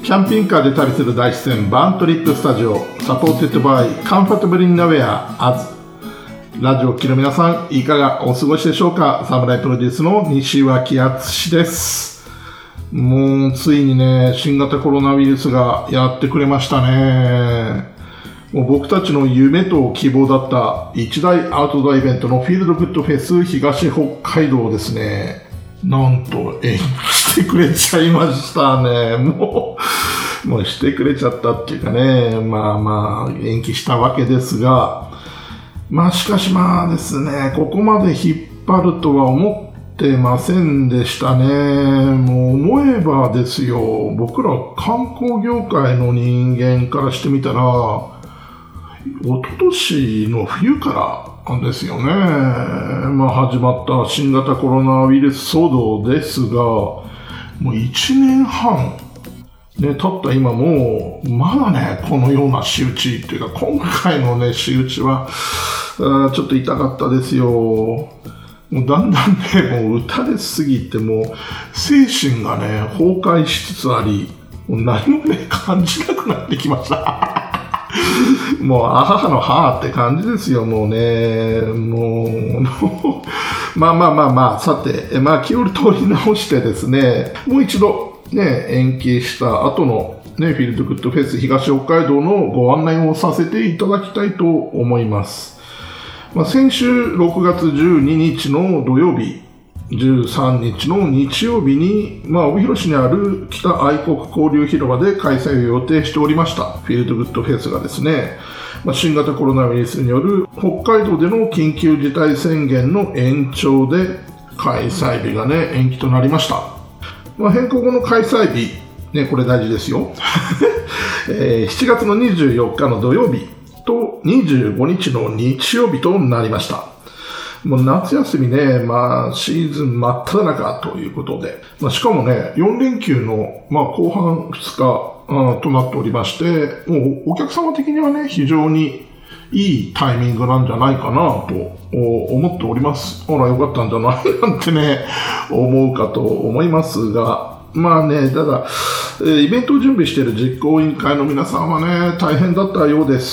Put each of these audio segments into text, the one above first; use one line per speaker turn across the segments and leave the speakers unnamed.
キャンピングカーで旅する大自然バントリップスタジオサポーテッドバイカンファタブルインナウェアアズ。ラジオを聴きの皆さんいかがお過ごしでしょうか。サムライプロデュースの西脇敦です。もうついにね、新型コロナウイルスがやってくれましたね。もう僕たちの夢と希望だった一大アウトドアイベントのフィールドグッドフェス東北海道ですね、なんと延期してくれちゃいましたね。もうしてくれちゃったっていうかね、まあ延期したわけですが、しかしですね、ここまで引っ張るとは思ってませんでしたね。もう思えばですよ、僕ら観光業界の人間からしてみたら、一昨年の冬からなんですよね。始まった新型コロナウイルス騒動ですが、もう1年半ね、経った今もまだね、このような仕打ちというか、今回のね、仕打ちはちょっと痛かったですよ。もうだんだんね、もう打たれすぎて、もう精神がね、崩壊しつつあり、もう何もね、感じなくなってきました。もう母の母って感じですよ、もうね。さて、気を取り直してですね、もう一度ね、延期した後のね、フィールドグッドフェス東北海道のご案内をさせていただきたいと思います。先週6月12日の土曜日、13日の日曜日に、帯広市にある北愛国交流広場で開催を予定しておりましたフィールドグッドフェスがですね、新型コロナウイルスによる北海道での緊急事態宣言の延長で開催日がね、延期となりました。変更後の開催日、ね、これ大事ですよ。7月の24日の土曜日と25日の日曜日となりました。もう夏休みね、シーズン真っ只中ということで、しかもね、4連休の、後半2日、となっておりまして、もうお客様的にはね、非常にいいタイミングなんじゃないかなと思っております。ほら、よかったんじゃないなんてね、思うかと思いますが、ただ、イベントを準備している実行委員会の皆さんはね、大変だったようです。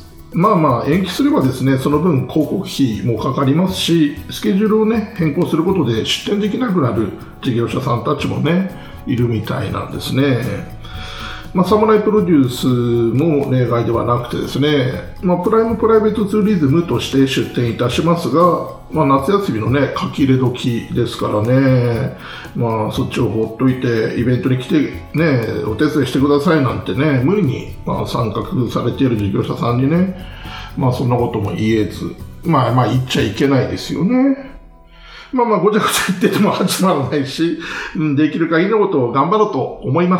延期すればですね、その分広告費もかかりますし、スケジュールをね、変更することで出店できなくなる事業者さんたちもね、いるみたいなんですね。サムライプロデュースも例外ではなくてですね、プライベートツーリズムとして出店いたしますが、夏休みのね、書き入れ時ですからね、そっちを放っといて、イベントに来てね、お手伝いしてくださいなんてね、無理に参画されている事業者さんにね、そんなことも言えず、言っちゃいけないですよね。ごちゃごちゃ言ってても始まらないし、できる限りのことを頑張ろうと思います。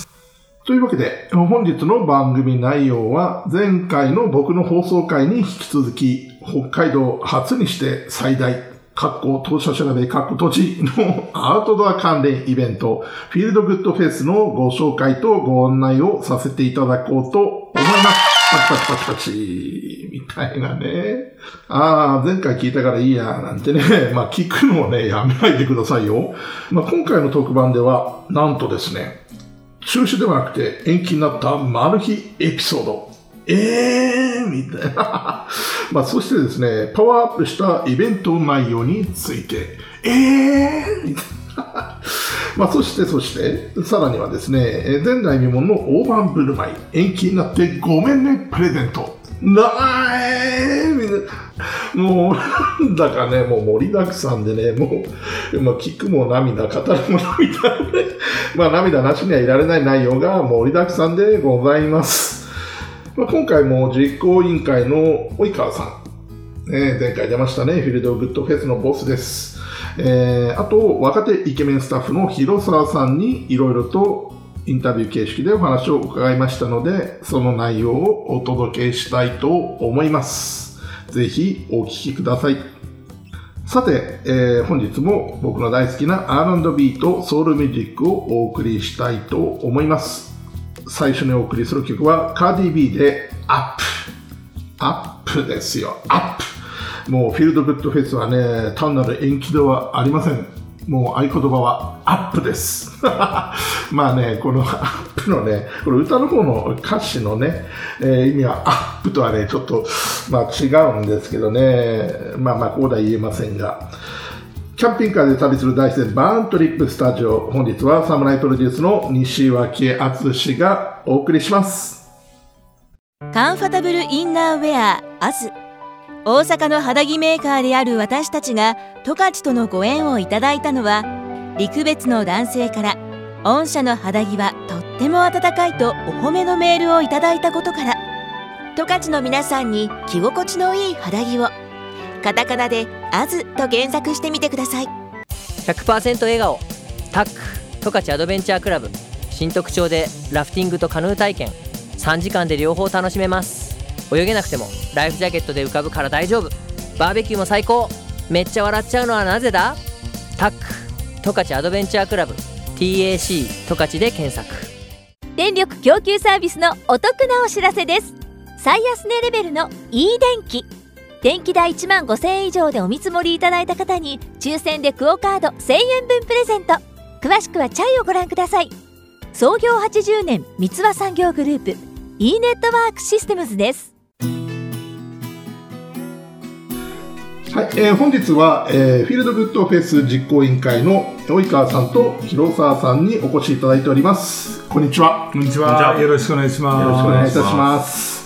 というわけで、本日の番組内容は前回の僕の放送回に引き続き、北海道初にして最大、当社調べ、土地のアウトドア関連イベント、フィールドグッドフェスのご紹介とご案内をさせていただこうと思います。パチみたいなね。前回聞いたからいいや、なんてね。聞くのをね、やめないでくださいよ。今回の特番では、なんとですね、中止ではなくて延期になったマル秘エピソード。みたいな。そしてですね、パワーアップしたイベント内容について、みたいな。そして、さらにはですね、前代未聞の大盤振る舞い、延期になってごめんね、プレゼント。みたいな。もう、なんだかね、もう盛りだくさんでね、聞くも涙、語るも涙ね。涙なしにはいられない内容が盛りだくさんでございます。今回も実行委員会の及川さん、前回出ましたね、フィールドグッドフェスのボスです。あと、若手イケメンスタッフの広沢さんにいろいろとインタビュー形式でお話を伺いましたので、その内容をお届けしたいと思います。ぜひお聞きください。さて、本日も僕の大好きな R&B とソウルミュージックをお送りしたいと思います。最初にお送りする曲はカーディビーでアップですよ。アップ。もうフィールドグッドフェスはね、単なる延期ではありません。 もう合言葉はアップです。まあね、このアップのね、この歌の方の歌詞のね、意味はアップとはね、ちょっと、まあ違うんですけどね、まあここでは言えませんが、キャンピングカーで旅する大自然バーントリップスタジオ、本日はサムライプロデュースの西脇敦がお送りします。
カンファタブルインナーウェアアズ、大阪の肌着メーカーである私たちが十勝とのご縁をいただいたのは、陸別の男性から御社の肌着はとっても暖かいとお褒めのメールをいただいたことから、十勝の皆さんに着心地のいい肌着をカタカナでアズと検索してみてください。
100% 笑顔タック十勝アドベンチャークラブ、新特徴でラフティングとカヌー体験、3時間で両方楽しめます。泳げなくてもライフジャケットで浮かぶから大丈夫。バーベキューも最高。めっちゃ笑っちゃうのはなぜだ。タック十勝アドベンチャークラブ TAC 十勝で検索。
電力供給サービスのお得なお知らせです。最安値レベルの E 電気、電気代1万5000円以上でお見積もりいただいた方に抽選でクオカード1000円分プレゼント。詳しくはチャイをご覧ください。創業80年三和産業グループ E ネットワークシステムズです。
はい、本日は、フィールドグッドフェス実行委員会の及川さんと広沢さんにお越しいただいております。こんにちは。
こんにちは。よろしくお願いします。
よろしくお願いいたします。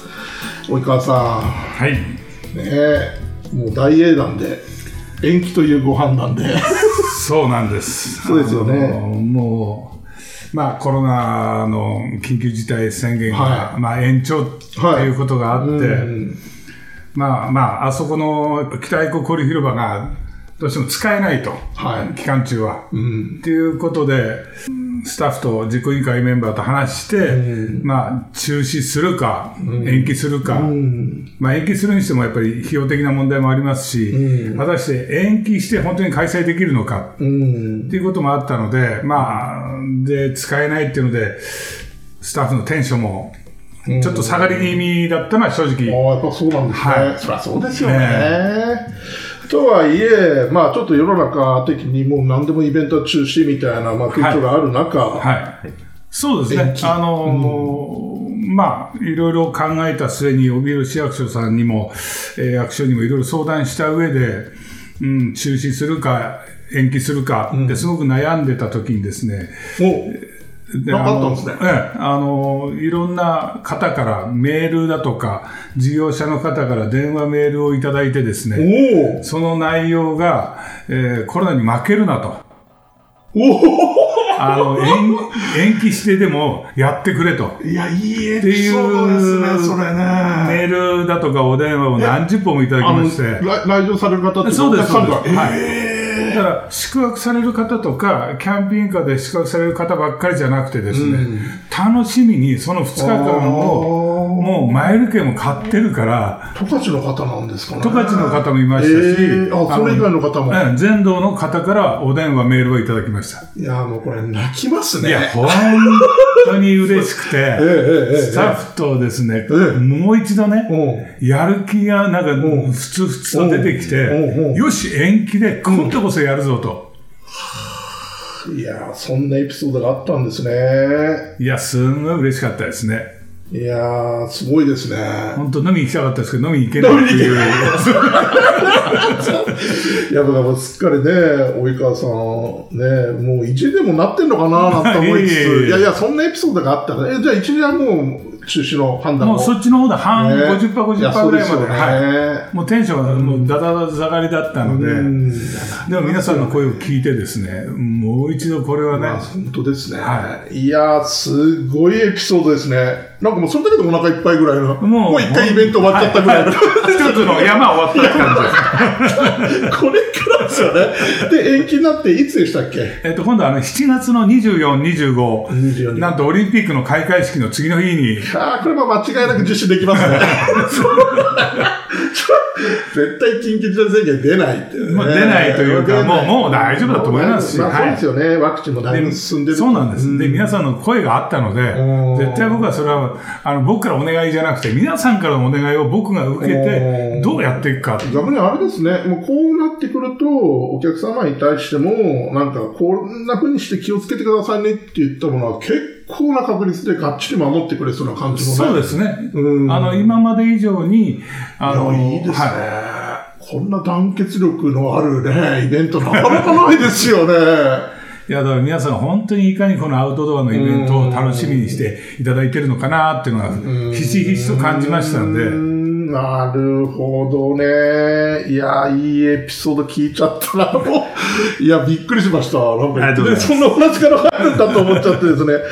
及川さん、
はい。
もう大英断で延期というご判断で
そうなんです。
そうですよね。
もうコロナの緊急事態宣言が、延長ということがあって、あそこの北愛国交流広場がどうしても使えないと、期間中は、ということでスタッフと実行委員会メンバーと話して、中止するか、延期するか、延期するにしてもやっぱり費用的な問題もありますし、果たして延期して本当に開催できるのか、っていうこともあったので、で使えないっていうのでスタッフのテンションもちょっと下がり気味だったのは正直。
やっぱそうなんですね。そりゃそうですよね。とはいえ、ちょっと世の中的にもう何でもイベントは中止みたいな、風潮がある中、
そうですね。いろいろ考えた末に、帯広市役所さんにも、役所にもいろいろ相談した上で、中止するか、延期するかってすごく悩んでた時にですね、
なんかあったんですね。
いろんな方からメールだとか事業者の方から電話メールをいただいてですね、その内容が、コロナに負けるなと、延期してでもやってくれと、
いや、いいエピソードですね、それね。
メールだとかお電話を何十本もいただきまして、
来場される方って。
そうです、そうです。だから宿泊される方とかキャンピングカーで宿泊される方ばっかりじゃなくてですね、楽しみにその2日間をもうマイル券も買ってるから。
十勝の方なんですかね。
十勝の方もいましたし、
それ以外の方も、
全道の方からお電話メールをいただきました。
いや、もうこれ泣きますね。
いや、本当に嬉しくて、スタッフとですね、もう一度ね、やる気がなんかふつふつと出てきて、よし延期で今度こそやるぞと。
いや、そんなエピソードがあったんですね。
いや、すんごい嬉しかったですね。
いやー、すごいですね。
本当飲みに行きたかったですけど、飲みに行けないっていう。
いや、だからすっかりね、及川さん、ね、もう1位でもなってんのかななんて思いつつ、いや、そんなエピソードがあったら、じゃあ1位はもう、中止の判断
もうそっちの方で半、50%、50% ぐらいま
で、
もうテンションがもうだだ下がりだったので、でも皆さんの声を聞いてですね、もう一度これはね。
本当ですね。いや、すごいエピソードですね。なんかもうそれだけでお腹いっぱいぐらいの、もう一回イベント終わっちゃったぐらいの。一
つの山終わったって感じ
です。これからですよね。で、延期になっていつでしたっけ？
今度は7月の24、25、なんとオリンピックの開会式の次の日に。
これも間違いなく実施できますね。 絶対緊急事態宣言出ないって、ね。
まあ、出ないというか、もう大丈夫だと思いますし。
まあ、そうですよね。ワクチンもだいぶ進んでる。
そうなんです。で、皆さんの声があったので、絶対僕はそれは、僕からお願いじゃなくて、皆さんからのお願いを僕が受けて、どうやっていくか。
逆にあれですね、もうこうなってくると、お客様に対しても、なんかこんな風にして気をつけてくださいねって言ったものは結構な確率でがっちり守ってくれそうな感じもね。
そうですね。今まで以上に、
いいですね。はい、こんな団結力のあるね、イベントなかなかないですよね。
いや、だから皆さん本当にいかにこのアウトドアのイベントを楽しみにしていただいているのかなっていうのがひしひしと感じましたんで。
なるほどね。いや、いいエピソード聞いちゃったな。もういや、びっくりしました。なんかそんな話から入るんだと思っちゃってですね。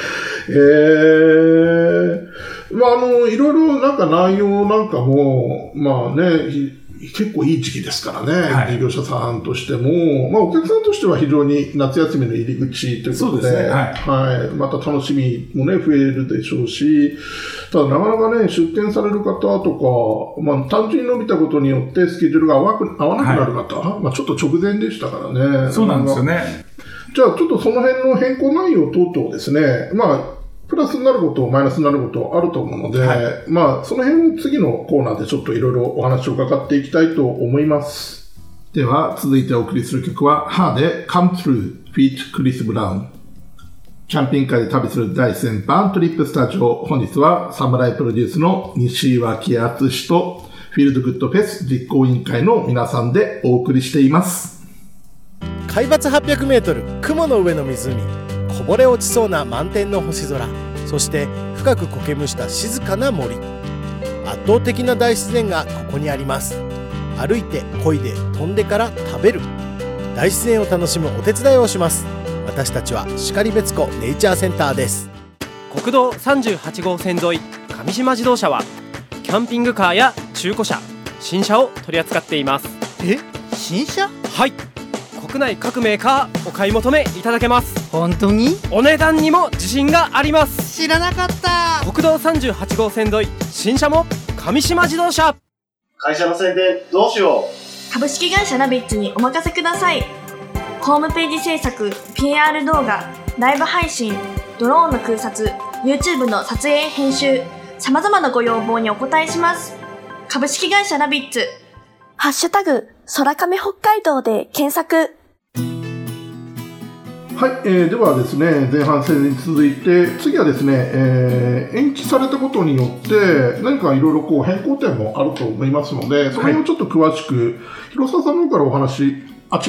まあ、いろいろなんか内容なんかも、まあね、結構いい時期ですからね、はい、事業者さんとしても、まあお客さんとしては非常に夏休みの入り口ということで、
そうですね、
はい、また楽しみもね、増えるでしょうし、ただなかなかね、出店される方とか、まあ単純に伸びたことによってスケジュールが合わなくなる方、はい、まあちょっと直前でしたからね。
そうなんですよね。
じゃあちょっとその辺の変更内容等々ですね、まあ、プラスになること、マイナスになることあると思うので、はい、まあ、その辺を次のコーナーでちょっといろいろお話を伺っていきたいと思います。では、続いてお送りする曲は、ハーで Come Through feat. クリス・ブラウン。キャンピングカーで旅する第1000番トリップスタジオ。本日はサムライプロデュースの西脇敦とフィールドグッドフェス実行委員会の皆さんでお送りしています。
海抜800メートル、雲の上の湖。こぼれ落ちそうな満天の星空、そして深く苔むした静かな森。圧倒的な大自然がここにあります。歩いて漕いで飛んでから食べる、大自然を楽しむお手伝いをします。私たちは然別湖ネイチャーセンターです。
国道38号線沿い上島自動車はキャンピングカーや中古車、新車を取り扱っています。
新車？
はい、国内各メーカーお買い求めいただけます。
本当に？
お値段にも自信があります。
知らなかった。
国道38号線沿い、新車も上島自動車。
会社の宣伝どうしよ
う。株式会社ラビッツにお任せください。ホームページ制作、PR 動画、ライブ配信、ドローンの空撮、YouTube の撮影編集、様々なご要望にお答えします。株式会社ラビッツ。ハッシュタグ空亀北海道で検索。
はい、ではですね、前半戦に続いて、次はですね、延期されたことによって、何かいろいろこう変更点もあると思いますので、それをちょっと詳しく、広澤さんの方からお話、違う。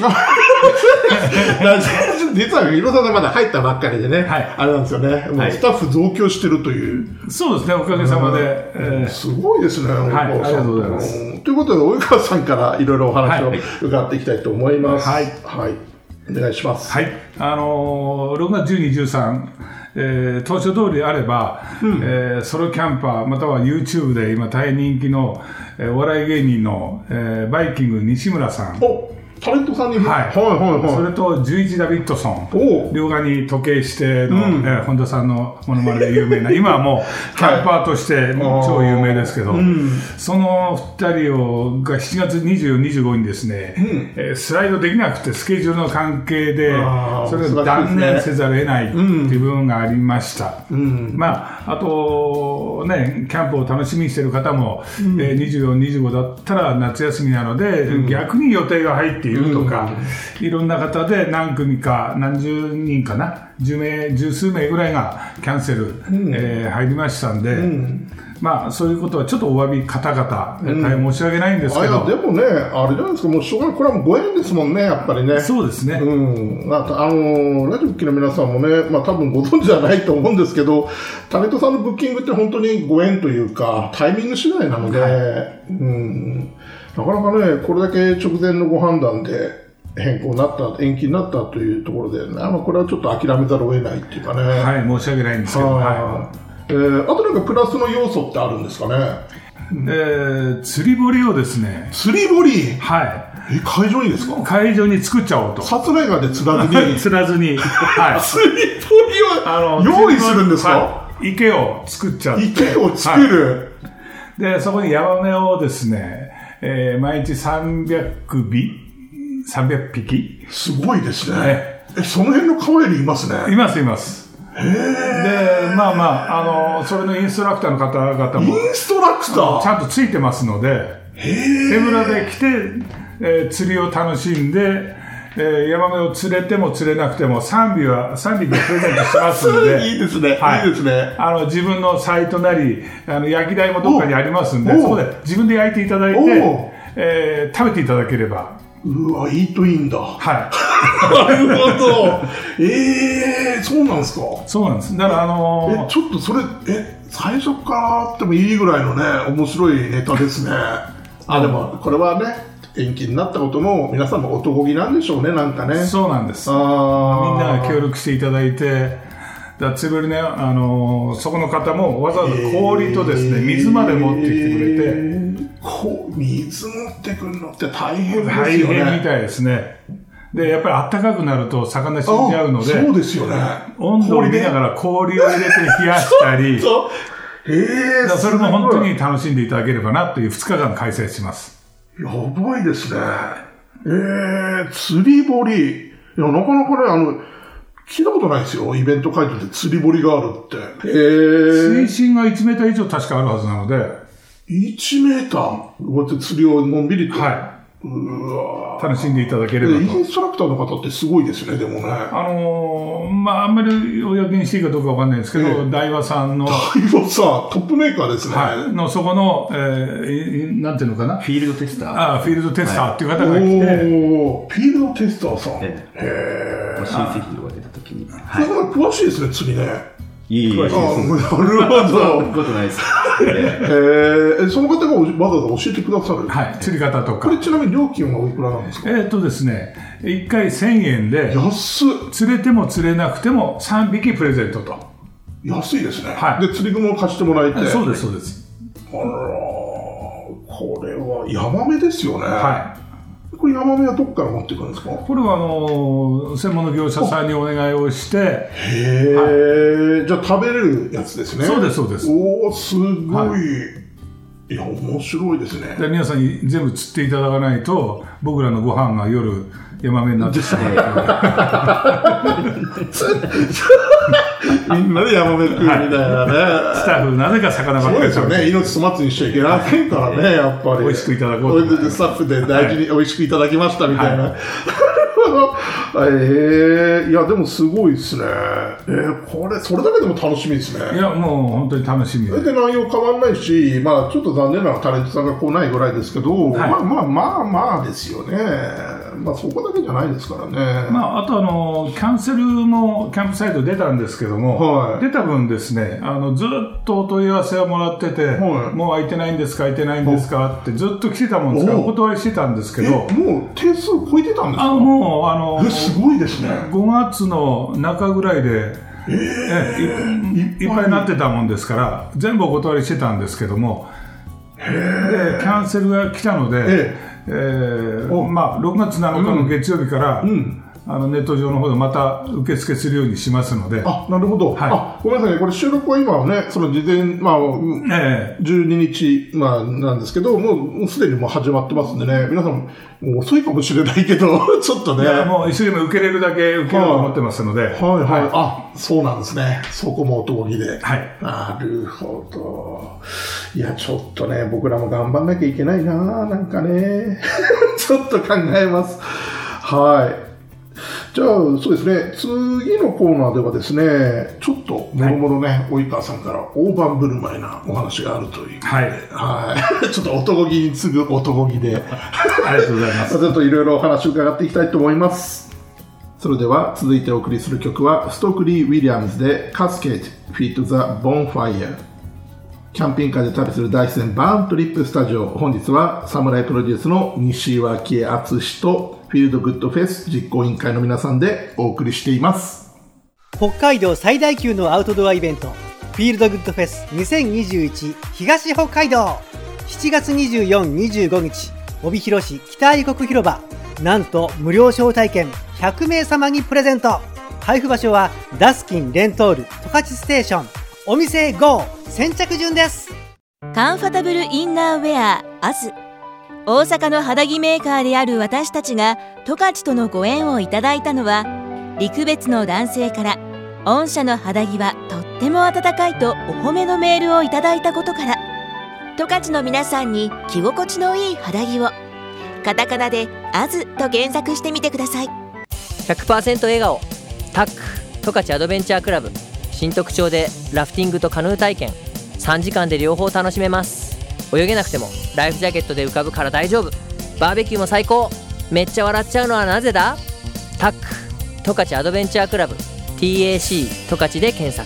実は広澤さんまだ入ったばっかりでね、あれなんですよね、もうスタッフ増強してるという。
そうですね、おかげさまで。
すごいですね、
及川さん。ありがとうございます。
ということで、及川さんからいろいろお話を伺っていきたいと思います。はい。お願いします。
はい。6月12、13、当初通りあれば、ソロキャンパー、または YouTube で今大変人気の、お笑い芸人の、バイキング西村さん。
タレントさんに、
それと11ダビッドソン、両側に時計しての、本田さんのものまねで有名な、今はもうキャンパーとして超有名ですけど、その2人が7月24、25にですね、スライドできなくてスケジュールの関係で、それを断念せざるを得ないっていう部分がありました。まあ、あとね、キャンプを楽しみにしている方も、24、25だったら夏休みなので、逆に予定が入っているとか、いろんな方で何組か何十人かな、十数名ぐらいがキャンセル、入りましたんで、まあそういうことはちょっとお詫び方々、大変申し訳ないんですけど、
でもね、あれじゃないですか、もうしょうがない、これはもうご縁ですもんね、やっぱりね。
そうですね。
ラジオ機の皆さんもね、まあ多分ご存知じゃないと思うんですけど、タレントさんのブッキングって本当にご縁というかタイミング次第なので、なかなかね、これだけ直前のご判断で変更になった、延期になったというところで、これはちょっと諦めざるを得ないっていうかね。
はい、申し訳ないんですけど。
あとなんかプラスの要素ってあるんですかね。
釣り堀をですね。
釣り堀？
はい。
会場にですか？
会場に作っちゃおうと。
サツライガーで釣らずに。
釣らずに。はい。
釣り堀を用意するんですか？
池を作っちゃって。
池を作る。
で、そこにヤマメをですね、 毎日300匹。
すごいですね。その辺の川にいますね。
います。で、それのインストラクターの方々も。
インストラクター
ちゃんとついてますので、手ぶらで来て、釣りを楽しんで、ヤマメを釣れても釣れなくても3匹プレゼントしますので
いいですね、はい、いいですね。
自分のサイトなり焼き台もどっかにありますんで、そこで自分で焼いていただいて、食べていただければ。
うわ、イートインだ。
はい
なるほど。そうなんですか。
そうなんです。だから
ちょっとそれ最初からあってもいいぐらいのね、面白いネタですね。でもこれはね、延期になったことの皆さんの男気なんでしょうね、なんかね。
そうなんです。みんなが協力していただいて、釣りね、そこの方もわざわざ氷とですね、水まで持ってきてくれて。
水持ってくるのって大変ですよね。
大変みたいですね。で、やっぱり暖かくなると魚死んじゃうので、
そうですよね。
温度を見ながら氷を入れて冷やしたり、それも本当に楽しんでいただければなという2日間開催します。
やばいですね。釣り堀。いや、なかなかね、聞いたことないですよ。イベント会場で釣り堀があるって。
水深が1メーター以上確かあるはずなので。
1メーターこうやって釣りをのんびりと。
はい。楽しんでいただければと。
インストラクターの方ってすごいですね、でもね。
あんまりお役にしていいかどうかわかんないですけど、ダイワさんの。
ダイワさん、トップメーカーですね。
はい。そこの、なんていうのかな。
フィールドテスター。
フィールドテスターっていう方が来て。
フィールドテスターさん。
親戚とか出た時に。
詳しいですね、釣りね。
いい。
なるほど。
そんなことないです。
その方がわざわざ教えてくださる。
はい。釣り方とか。
これちなみに料金はおいくらなんですか？
ですね、1回1000円で、
安っ。
釣れても釣れなくても3匹プレゼントと。
安いですね。
はい。
で、釣り具も貸してもらえて。
そうです、そうです。
あら、これはヤマメですよね。
はい。
これヤマメはどこから持ってくるんですか？
これは専門の業者さんにお願いをして。
じゃあ食べれるやつですね。
そうです、そうです。
すごい。いや、面白いですね。
で、皆さんに全部釣っていただかないと、僕らのご飯が夜、ヤマメになってしまう。
みんなでヤマメ食うみたいなね。
スタッフ、なぜか魚ばっかり
そうですよね。命粗末にしちゃいけませんからね、やっぱり。
美味しくいただこうと。
スタッフで大事に美味しくいただきましたみたいな。いや、でもすごいですね。これ、それだけでも楽しみですね。
いや、もう本当に楽しみで。
で、内容変わんないし、まあ、ちょっと残念なタレントさんが来ないぐらいですけど、まあですよね。まあ、そこだけじゃないですからね。
まあ、あとキャンセルもキャンプサイト出たんですけども、出た分ですね、ずっとお問い合わせをもらってて、もう空いてないんですかってずっと来てたもんですから、お断りしてたんですけど。
もう定数超えてたんですか？
もう、
すごいですね。
5月の中ぐらいで、いっぱいになってたもんですから、全部お断りしてたんですけども、で、キャンセルが来たので、6月7日の月曜日から、ネット上の方でまた受付するようにしますので。
なるほど。ごめんなさいね。これ収録は今はね、その事前、12日、なんですけど、もうすでにもう始まってますんでね、皆さん、もう遅いかもしれないけど、ちょっとね。
もう一生懸命受けれるだけ受けようと思ってますので。
そうなんですね。そこも男気で。
はい。
なるほど。いや、ちょっとね、僕らも頑張んなきゃいけないな、なんかね。ちょっと考えます。はい。じゃあ、そうですね、次のコーナーではですね、ちょっと、もろもろね、及川さんから大盤振る舞いなお話があるという。
はい。
ちょっと男気に次ぐ男気で。
ありがとうございます。
ちょっといろいろお話を伺っていきたいと思います。それでは、続いてお送りする曲は、ストークリー・ウィリアムズで、カスケート、フィート・ザ・ボンファイヤー。キャンピングカーで旅する大自然バーントリップスタジオ。本日は、サムライプロデュースの西脇敦と、フィールドグッドフェス実行委員会の皆さんでお送りしています。
北海道最大級のアウトドアイベント、フィールドグッドフェス2021東北海道。7月24、25日、帯広市北愛国広場。なんと無料招待券100名様にプレゼント。配布場所はダスキンレントール十勝ステーション。お店 GO 先着順です。
カンファタブルインナーウェアアズ大阪の肌着メーカーである私たちが十勝とのご縁をいただいたのは、陸別の男性から御社の肌着はとっても暖かいとお褒めのメールをいただいたことから、十勝の皆さんに着心地のいい肌着をカタカナでアズと検索してみてください。
100% 笑顔タック十勝アドベンチャークラブ新特徴でラフティングとカヌー体験3時間で両方楽しめます。泳げなくてもライフジャケットで浮かぶから大丈夫。バーベキューも最高。めっちゃ笑っちゃうのはなぜだ。タック十勝アドベンチャークラブ TAC 十勝で検索。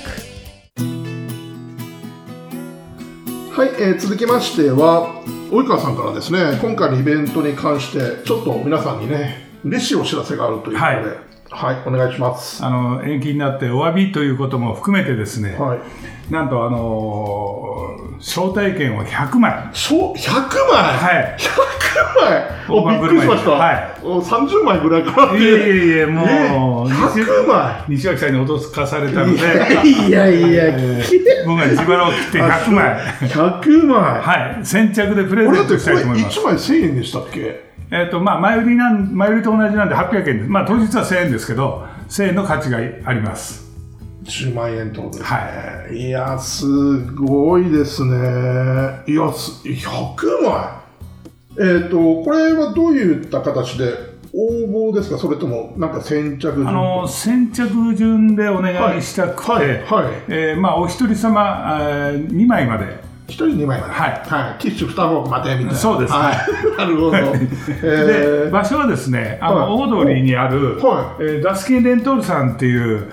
はい、続きましては及川さんからですね、今回のイベントに関してちょっと皆さんにね嬉しいお知らせがあるということで、はい、お願いします。
延期になってお詫びということも含めてですね、
はい、
なんと招待券を100枚。
100枚、
はい、
100枚、びっくりしました、はい、30枚ぐらいかなって。
いえもう、
100枚
西脇さんに脅かされたので、
いや
僕が自腹を切って100枚
100枚、
はい、先着でプレゼントしたいと思います。
これ1枚1000円でしたっけ。
前売りと同じなんで800円です。当日は1000円ですけど、1000円の価値があります。
10万円ってことですね。
はい。
いや、すごいですね。いや、100枚。これはどういった形で応募ですか、それともなんか先着順？
先着順でお願いしたくて、お一人様2枚まで。
1人2枚まで、はい、ティッシュ2箱までみたいな。
そうですね、
はい、なるほど。
で場所はですね、大通りにある、ダスキンレントールさんっていう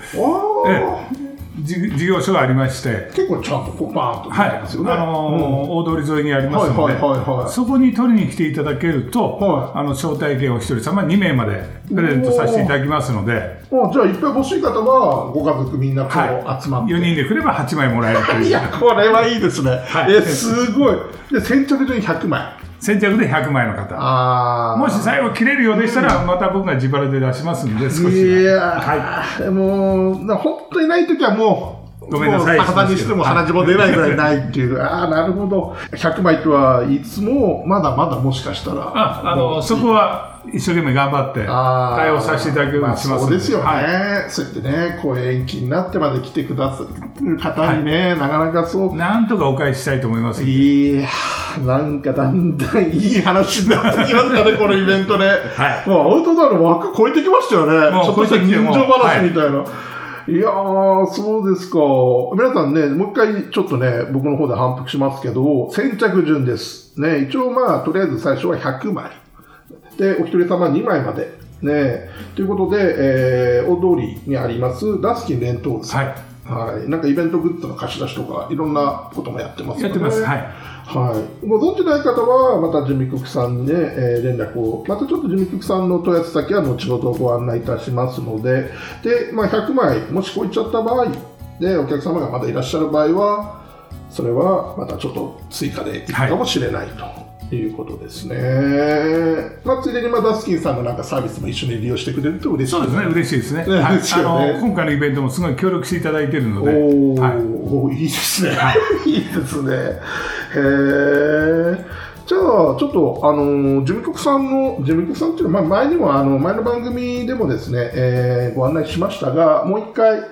事業所がありまして、
結構ちゃんとバーンとありますよね、
大通り沿いにありますので、そこに取りに来ていただけると、招待券を1人様2名までプレゼントさせていただきますので、
じゃあいっぱい欲しい方はご家族みんなこう集まって、
4人で来れば8枚もらえるという。
いや、これはいいですね、すごい。で先着順100枚、
先着で100枚の方、もし最後切れるようでしたら、また僕が自腹で出しますんで、少し。
いやー、もう本当にないときはもう
ごめんなさい、
肌にしても鼻血も出ないぐらいないっていう、なるほど。100枚とはいつもまだまだもしかしたら
そこは一生懸命頑張って対応させていただくようにします。
そうですよね、そうやってね、こう延期になってまで来てくださる方にね、なかなかそう
なんとかお返ししたいと思います。
いやー、なんかだんだんいい話になってきますかねこのイベントね。もうアウトドアの枠超えてきましたよね。ちょっとした人情話みたいな。いやー、そうですか。皆さんね、もう一回ちょっとね、僕の方で反復しますけど、先着順です。ね、一応とりあえず最初は100枚。で、お一人様2枚まで。ね、ということで、大通りにあります、ダスキンレントールさん。なんかイベントグッズの貸し出しとか、いろんなこともやってますよね。
やってます。
ご存知ない方は、また事務局さんにね、連絡を、またちょっと事務局さんの問い合わせ先は後ほどご案内いたしますので、で、100枚、もしこういっちゃった場合で、お客様がまだいらっしゃる場合は、それはまたちょっと追加でいくかもしれないということですね。ついでにダスキンさんのなんかサービスも一緒に利用してくれると嬉しいですね。
そうですね、嬉しいですね。今回のイベントもすごい協力していただいているので。
いいですね。いいですね。じゃあちょっと事務局さんっていうのは、前にも前の番組でもですね、ご案内しましたが、もう一回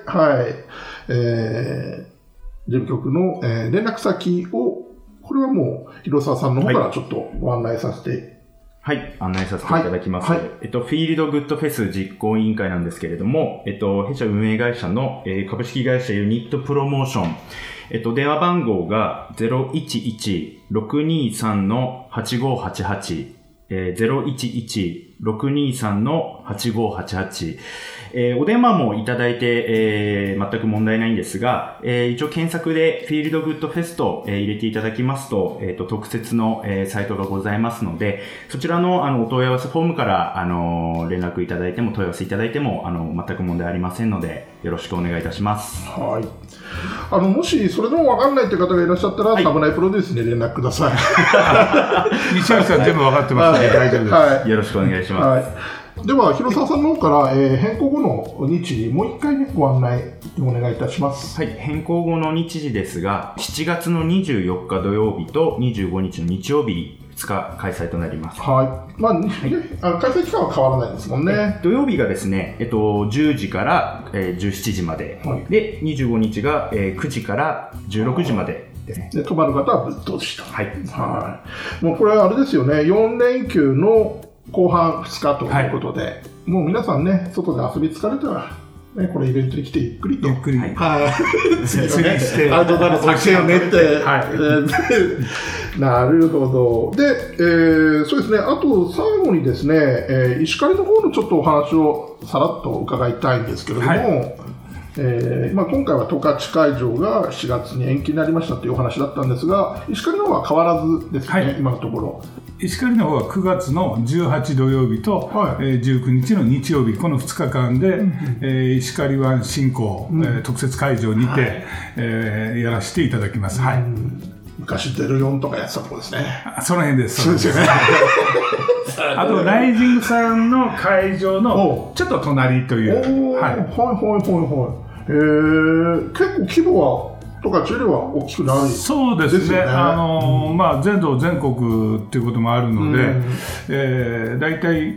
事務局の、連絡先を、これはもう広沢さんの方からちょっとご案内させて、
案内させていただきます。フィールドグッドフェス実行委員会なんですけれども、弊社運営会社の、株式会社ユニットプロモーション、電話番号が 011-623-8588、011-623-8588、お電話もいただいて、全く問題ないんですが、一応検索でフィールドグッドフェスと、入れていただきますと、特設の、サイトがございますので、そちらの、お問い合わせフォームから、連絡いただいても問い合わせいただいても、全く問題ありませんので、よろしくお願いいたします。
もしそれでも分かんないという方がいらっしゃったら、サムライプロデュースに連絡ください。
西脇さん全部分かってますので大丈夫です。
よろしくお願いします。
では広沢さんの方から、変更後の日時もう一回、ご案内お願いいたします。
変更後の日時ですが、7月の24日土曜日と25日の日曜日2 2日開催となります。
はい。開催期間は変わらないですもんね。
土曜日がですね、10時から、17時まで、で、25日が、9時から16時まで。
で、泊まる方はぶっ通しと。はい。もうこれあれですよね、4連休の後半2日ということで、もう皆さんね、外で遊び疲れたら、ね、これイベントに来てゆっくりと。ゆっくり。釣りして。アウトドアの作戦を練って。なるほど。で、そうですね、あと最後にですね、石狩の方のちょっとお話をさらっと伺いたいんですけれども、今回は十勝会場が4月に延期になりましたというお話だったんですが、石狩の方は変わらずですね、今のところ。
石狩の方は9月の18土曜日と、19日の日曜日、この2日間で、石狩湾振興、特設会場にて、やらせていただきます。
昔04とかやってたところですね。
その辺です。
そうですよね。
あとライジングさんの会場のちょっと隣という。
結構規模はとか中量は大きくないですよね。
そうですね。全土全国っていうこともあるので、だいたい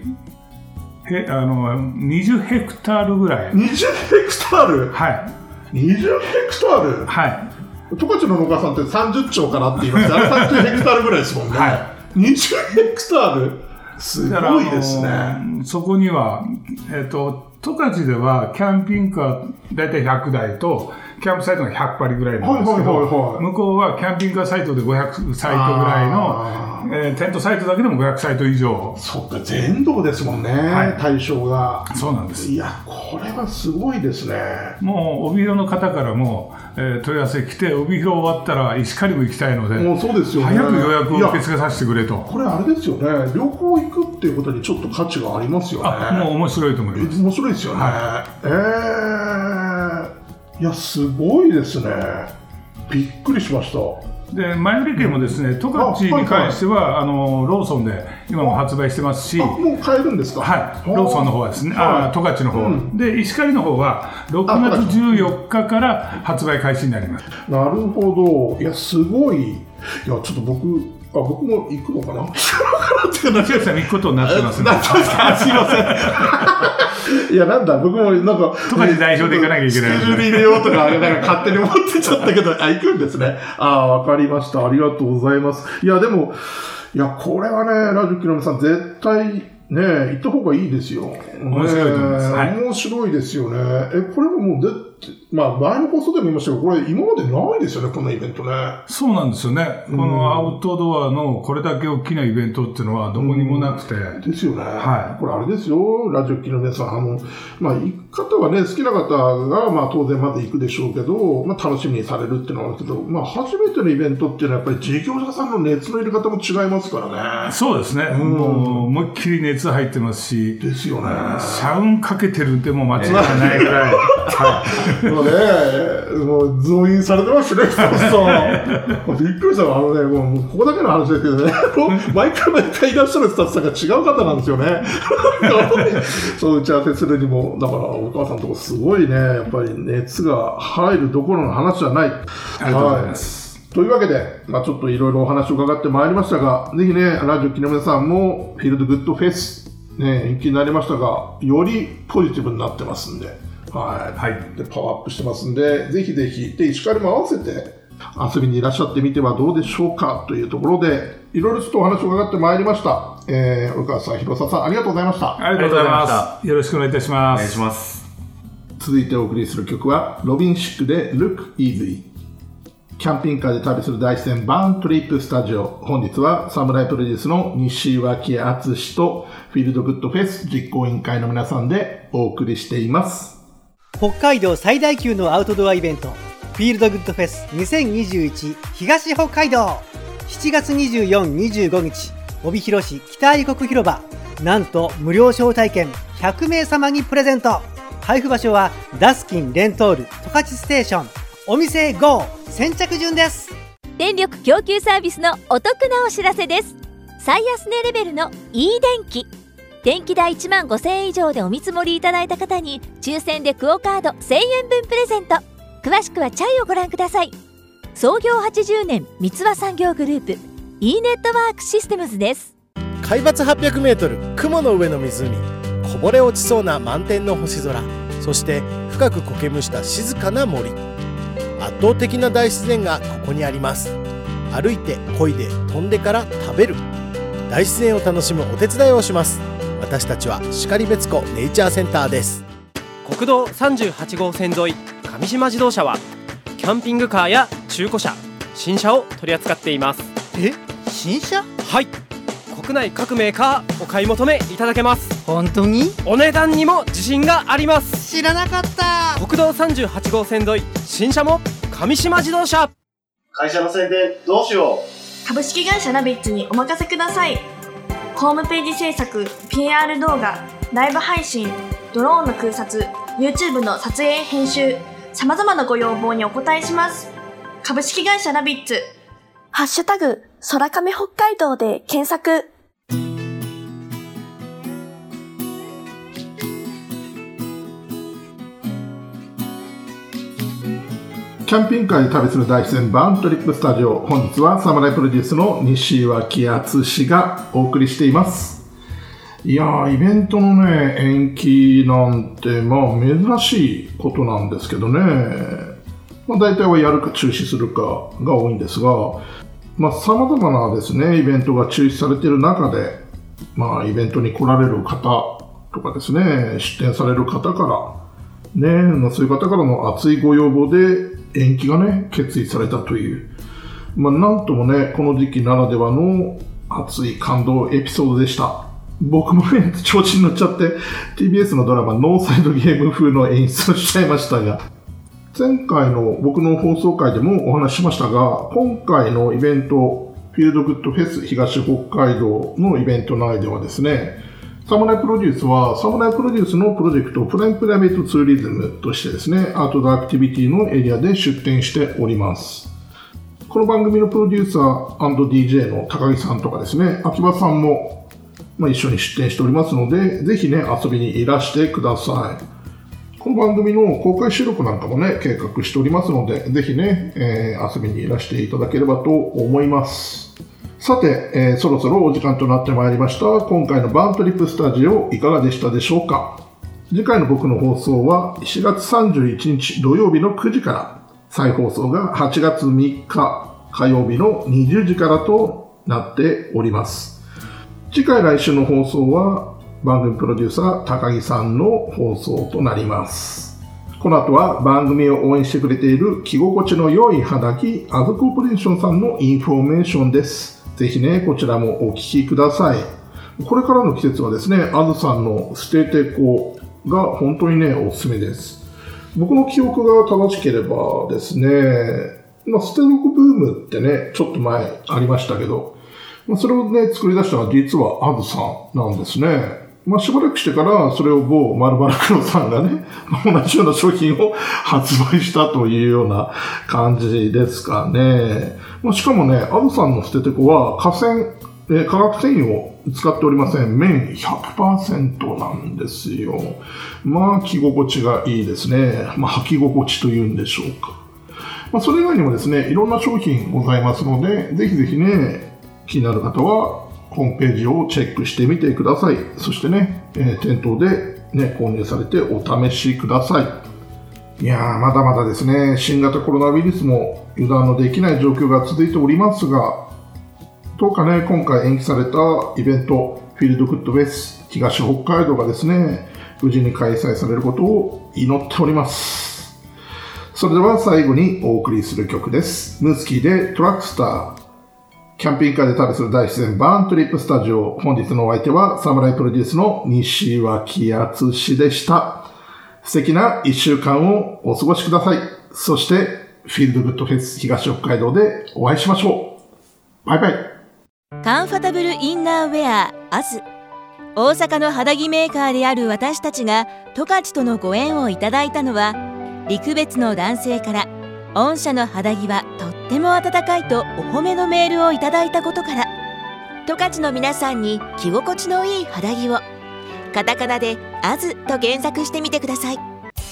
20ヘクタールぐらい。
20ヘクタール。
はい。
20ヘクタール。
はい。
十勝の農家さんって30丁からって言いますから、30ヘクタールぐらいですもんね。20ヘクタール。すごいですね。
そこには十勝ではキャンピングカーだいたい100台とキャンプサイトが100張りぐらいなんですけど、向こうはキャンピングカーサイトで500サイトぐらいの、テントサイトだけでも500サイト以上。
そっか、全道ですもんね、対象が。
そうなんです。
いや、これはすごいですね。
もう帯広の方からも、問い合わせ来て、帯広終わったら石狩も行きたいので、
もうそうですよね、
早く予約を受け付けさせてくれと。
これあれですよね、旅行行くっていうことにちょっと価値がありますよね。
もう面白いと思います。
面白いですよね。いや、すごいですね。びっくりしました。
で、前売り券もですね、十勝に関しては、ローソンで今も発売してますし。
もう買えるんですか？
はい。ローソンの方はですね、十勝の方。で、石狩の方は、6月14日から発売開始になります。
なるほど。いや、すごい。いや、ちょっと僕も行くのかな？
夏休み行くことになってますね。
すいません。いや、なんだ、僕もなんか、
十勝代表で行かなきゃいけない。
スケジュール入れようとか、なんか勝手に思ってちゃったけど、行くんですね。わかりました。ありがとうございます。いや、でも、これはね、ラジオ木の皆さん、絶対、ね、行った方がいいですよ。
面白いと思います。
面白いですよね。これももう前の放送でも言いましたけど、これ今までないですよね、このイベントね。
そうなんですよね。このアウトドアのこれだけ大きなイベントっていうのはどこにもなくて。
ですよね。これあれですよ、ラジオ機の皆さん、行く方はね、好きな方が、当然まで行くでしょうけど、楽しみにされるっていうのはあるけど、初めてのイベントっていうのはやっぱり事業者さんの熱の入れ方も違いますからね。
そうですね。もう思いっきり熱入ってますし。
ですよね。
社運かけてるってもう間違いないぐらい。
もう増員されてますね、スタッフさん。びっくりしたわ。もうここだけの話ですけどね、毎回いらっしゃるスタッフさんが違う方なんですよね。そう打ち合わせするにも、だからお母さんのとこすごいね、やっぱり熱が入るどころの話じゃない。
ありがとうございます。
というわけで、ちょっといろいろお話を伺ってまいりましたが、ぜひね、ラジオ機の皆さんもフィールドグッドフェス、延期になりましたが、よりポジティブになってますんで、でパワーアップしてますんで、ぜひぜひ、で、石狩も合わせて遊びにいらっしゃってみてはどうでしょうかというところで、いろいろちょっとお話を伺ってまいりました。及川さん、広澤さん、ありがとうございました。
ありがとうございます。よろしくお願いいたします。
お願いします。
続いてお送りする曲は、ロビンシックで Look Easy。キャンピングカーで旅する大自然バーントリップスタジオ。本日はサムライプロデュースの西脇敦とフィールドグッドフェス実行委員会の皆さんでお送りしています。
北海道最大級のアウトドアイベント、フィールドグッドフェス2021東北海道。7月24、25日、帯広市北異国広場。なんと無料招待券100名様にプレゼント。配布場所はダスキンレントール十勝ステーション。お店 GO 先着順です。
電力供給サービスのお得なお知らせです。最安値レベルの E 電気。電気代1万5000円以上でお見積もりいただいた方に抽選でクオカード1000円分プレゼント。詳しくはチャイをご覧ください。創業80年三和産業グループ E ネットワークシステムズです。
海抜800メートル雲の上の湖、こぼれ落ちそうな満天の星空、そして深く苔むした静かな森、圧倒的な大自然がここにあります。歩いて漕いで飛んでから食べる、大自然を楽しむお手伝いをします。私たちは然別湖ネイチャーセンターです。
国道38号線沿い上島自動車はキャンピングカーや中古車、新車を取り扱っています。
新車？
はい、国内各メーカーお買い求めいただけます。
本当に？
お値段にも自信があります。
知らなかった。
国道38号線沿い、新車も上島自動車。
会社の宣伝どうしよう。
株式会社ナビッツにお任せください。ホームページ制作、PR 動画、ライブ配信、ドローンの空撮、YouTube の撮影編集、様々なご要望にお答えします。株式会社ナビッツ。ハッシュタグ、空亀北海道で検索。
キャンピングカーで旅する大自然バーントリップスタジオ、本日はサムライプロデュースの西脇敦がお送りしています。いやー、イベントのね、延期なんて珍しいことなんですけどね、大体はやるか中止するかが多いんですが、様々なですね、イベントが中止されている中で、イベントに来られる方とかですね、出展される方からね、そういう方からの熱いご要望で延期がね、決意されたという、なんともね、この時期ならではの熱い感動エピソードでした。僕もね、調子に乗っちゃって TBS のドラマノーサイドゲーム風の演出をしちゃいましたが、前回の僕の放送回でもお話ししましたが、今回のイベントフィールドグッドフェス東北海道のイベント内ではですね、サムライプロデュースはサムライプロデュースのプロジェクトプライベートツーリズムとしてですね、アートドアクティビティのエリアで出展しております。この番組のプロデューサー& DJ の高木さんとかですね、秋葉さんも一緒に出展しておりますので、ぜひね、遊びにいらしてください。この番組の公開収録なんかもね、計画しておりますので、ぜひね、遊びにいらしていただければと思います。さて、そろそろお時間となってまいりました。今回のバーントリップスタジオいかがでしたでしょうか。次回の僕の放送は4月31日土曜日の9時から、再放送が8月3日火曜日の20時からとなっております。次回来週の放送は番組プロデューサー高木さんの放送となります。この後は番組を応援してくれている着心地の良い肌着アズコーポレーションさんのインフォメーションです。ぜひね、こちらもお聞きください。これからの季節はですね、アズさんのステテコが本当にね、おすすめです。僕の記憶が正しければですね、ステテコブームってね、ちょっと前ありましたけど、それをね、作り出したのは実はアズさんなんですね。しばらくしてからそれを某丸々黒さんがね、同じような商品を発売したというような感じですかね。しかもね、アズさんのステテコは化学繊維を使っておりません。綿 100% なんですよ。着心地がいいですね。履き心地というんでしょうか。それ以外にもですね、いろんな商品ございますので、ぜひぜひね、気になる方はホームページをチェックしてみてください。そしてね、店頭でね、購入されてお試しください。いやー、まだまだですね、新型コロナウイルスも油断のできない状況が続いておりますが、どうかね、今回延期されたイベント、フィールドグッドフェス東北海道がですね、無事に開催されることを祈っております。それでは最後にお送りする曲です。ムースキーでトラックスター。キャンピングカーで旅する大自然バーントリップスタジオ。本日のお相手はサムライプロデュースの西脇敦でした。素敵な1週間をお過ごしください。そしてフィールドグッドフェス東北海道でお会いしましょう。バイバイ。
カンファタブルインナーウェアアズ。大阪の肌着メーカーである私たちが十勝とのご縁をいただいたのは、陸別の男性から御社の肌着はとっても暖かいとお褒めのメールをいただいたことから、十勝の皆さんに着心地のいい肌着をカタカナでアズと検索してみてください。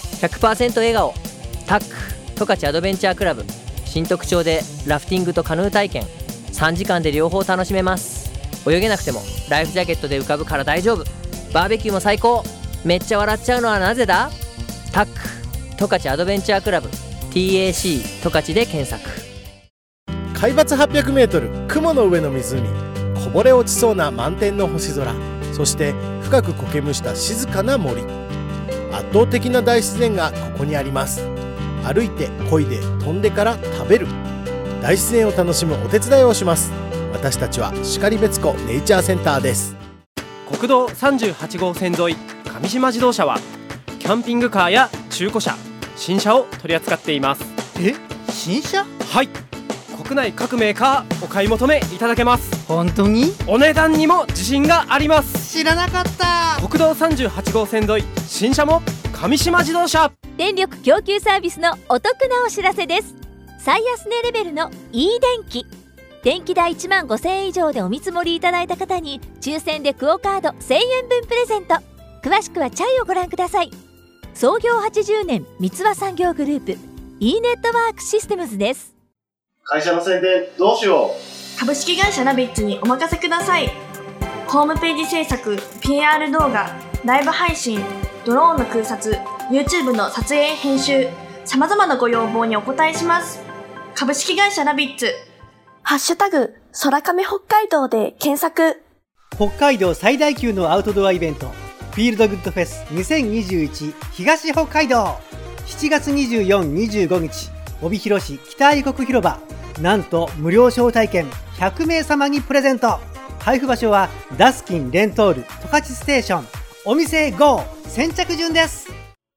100% 笑顔タック十勝アドベンチャークラブ新特徴でラフティングとカヌー体験 3時間で両方楽しめます。泳げなくてもライフジャケットで浮かぶから大丈夫。バーベキューも最高。めっちゃ笑っちゃうのはなぜだ。タック十勝アドベンチャークラブ TAC 十勝で検索。
海抜 800m 雲の上の湖、こぼれ落ちそうな満天の星空、そして深く苔むした静かな森。圧倒的な大自然がここにあります。歩いて漕いで飛んでから食べる、大自然を楽しむお手伝いをします。私たちは然別湖ネイチャーセンターです。
国道38号線沿い上島自動車はキャンピングカーや中古車、新車を取り扱っています。
新車？
はい、国内各メーカーお買い求めいただけます。
本当に？
お値段にも自信があります。
知らなかった。
国道38号線沿い、新車も上島自動車。
電力供給サービスのお得なお知らせです。最安値レベルの E 電気、電気代1万5000円以上でお見積もりいただいた方に抽選でクオカード1000円分プレゼント。詳しくはチャイをご覧ください。創業80年三和産業グループ E ネットワークシステムズです。
会社の宣伝どうしよう。
株式会社ナビッツにお任せください。ホームページ制作、PR 動画、ライブ配信、ドローンの空撮、YouTube の撮影編集、様々なご要望にお答えします。株式会社ナビッツ。ハッシュタグ空亀北海道で検索。
北海道最大級のアウトドアイベント、フィールドグッドフェス2021東北海道、7月24、25日、帯広市北愛国広場。なんと無料招待券100名様にプレゼント。配布場所はダスキンレントール十勝ステーション。お店 GO 先着順です。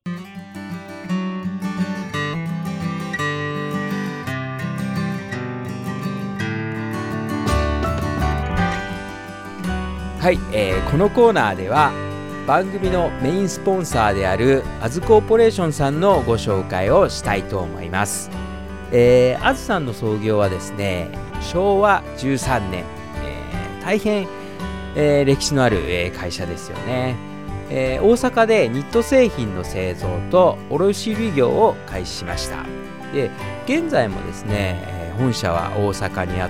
はい、このコーナーでは番組のメインスポンサーであるアズコーポレーションさんのご紹介をしたいと思います。アズさんの創業はですね、昭和13年、大変、歴史のある、会社ですよね。大阪でニット製品の製造と卸売業を開始しました。で、現在もですね、本社は大阪にあって、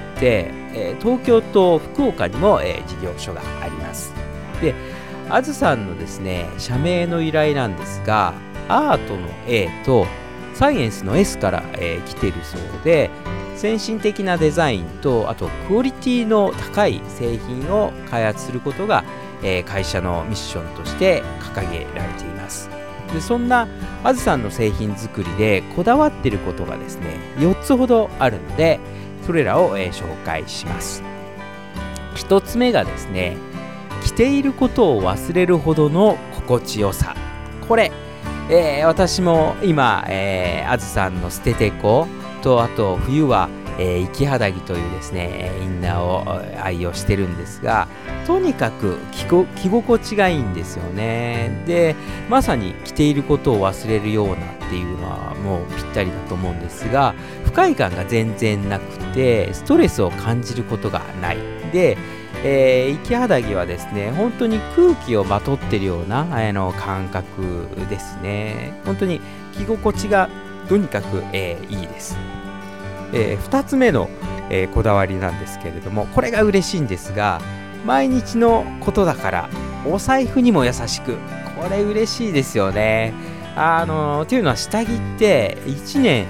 東京と福岡にも、事業所があります。で、あずさんのですね、社名の由来なんですが、アートの A とサイエンスの S から、来ているそうで、先進的なデザインと、あとクオリティの高い製品を開発することが、会社のミッションとして掲げられています。で、そんなあずさんの製品作りでこだわっていることがですね、4つほどあるので、それらを、紹介します。1つ目がですね、着ていることを忘れるほどの心地よさ。これ、私も今、あずさんの捨ててことあと冬は、生き肌着というですねインナーを愛用してるんですが、とにかく着心地がいいんですよね。で、まさに着ていることを忘れるようなっていうのはもうぴったりだと思うんですが、不快感が全然なくてストレスを感じることがない。で、生き肌着はですね、本当に空気をまとってるような感覚ですね。本当に着心地がとにかく、いいです。2つ目の、こだわりなんですけれども、これが嬉しいんですが、毎日のことだからお財布にも優しく、これ嬉しいですよね。というのは下着って1年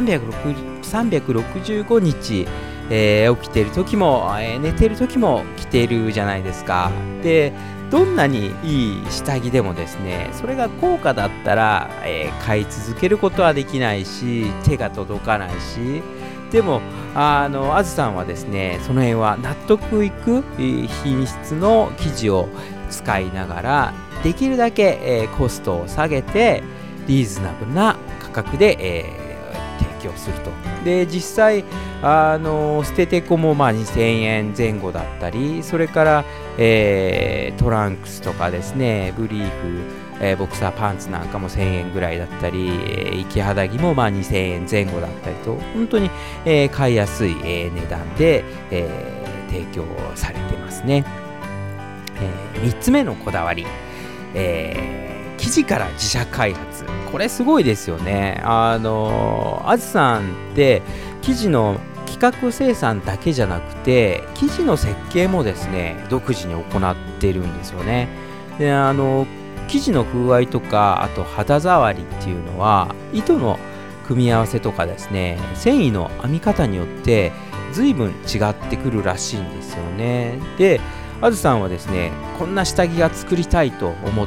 365日、起きてる時も、寝てる時も着てるじゃないですか。で、どんなにいい下着でもですね、それが高価だったら、買い続けることはできないし、手が届かないし、でもあずさんはですね、その辺は納得いく品質の生地を使いながら、できるだけ、コストを下げてリーズナブルな価格で、提供すると。で、実際捨ててこも2000円前後だったり、それから、トランクスとかですね、ブリーフ、ボクサーパンツなんかも1000円ぐらいだったり、生き肌着も2000円前後だったりと、本当に、買いやすい、値段で、提供されてますね。3つ目のこだわり、生地から自社開発。これすごいですよね。あずさんって生地の規企画生産だけじゃなくて生地の設計もですね独自に行っているんですよね。で生地の風合いとかあと肌触りっていうのは糸の組み合わせとかですね繊維の編み方によって随分違ってくるらしいんですよね。であずさんはですねこんな下着が作りたいと思って、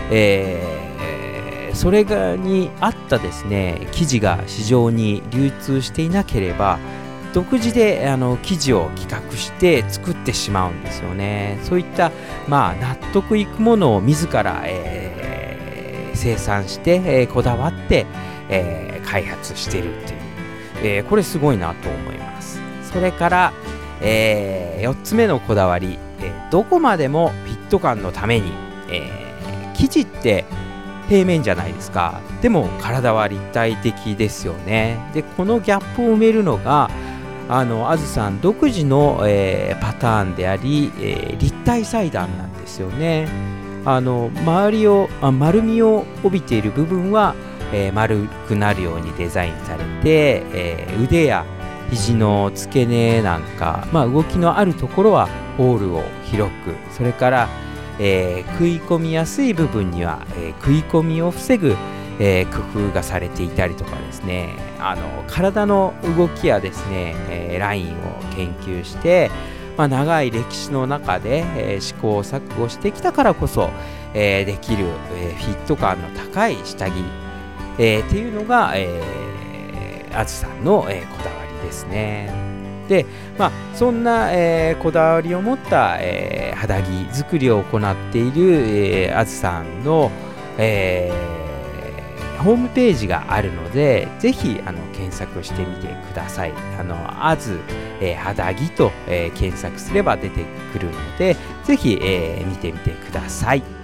それに合ったですね生地が市場に流通していなければ独自で生地を企画して作ってしまうんですよね。そういった、納得いくものを自ら、生産して、こだわって、開発しているっていう、これすごいなと思います。それから、4つ目のこだわり、どこまでもフィット感のために、生地って平面じゃないですか。でも体は立体的ですよね。でこのギャップを埋めるのがあずさん独自の、パターンであり、立体裁断なんですよね。丸みを帯びている部分は、丸くなるようにデザインされて、腕や肘の付け根なんか、動きのあるところはホールを広く、それから、食い込みやすい部分には、食い込みを防ぐ、工夫がされていたりとかですね、体の動きやですね、ラインを研究して、長い歴史の中で、試行錯誤してきたからこそ、できる、フィット感の高い下着、っていうのが、あずさんの、こだわりですね。で、そんな、こだわりを持った、肌着作りを行っている、あずさんの、ホームページがあるのでぜひ検索してみてください。あず、肌着と、検索すれば出てくるのでぜひ、見てみてください。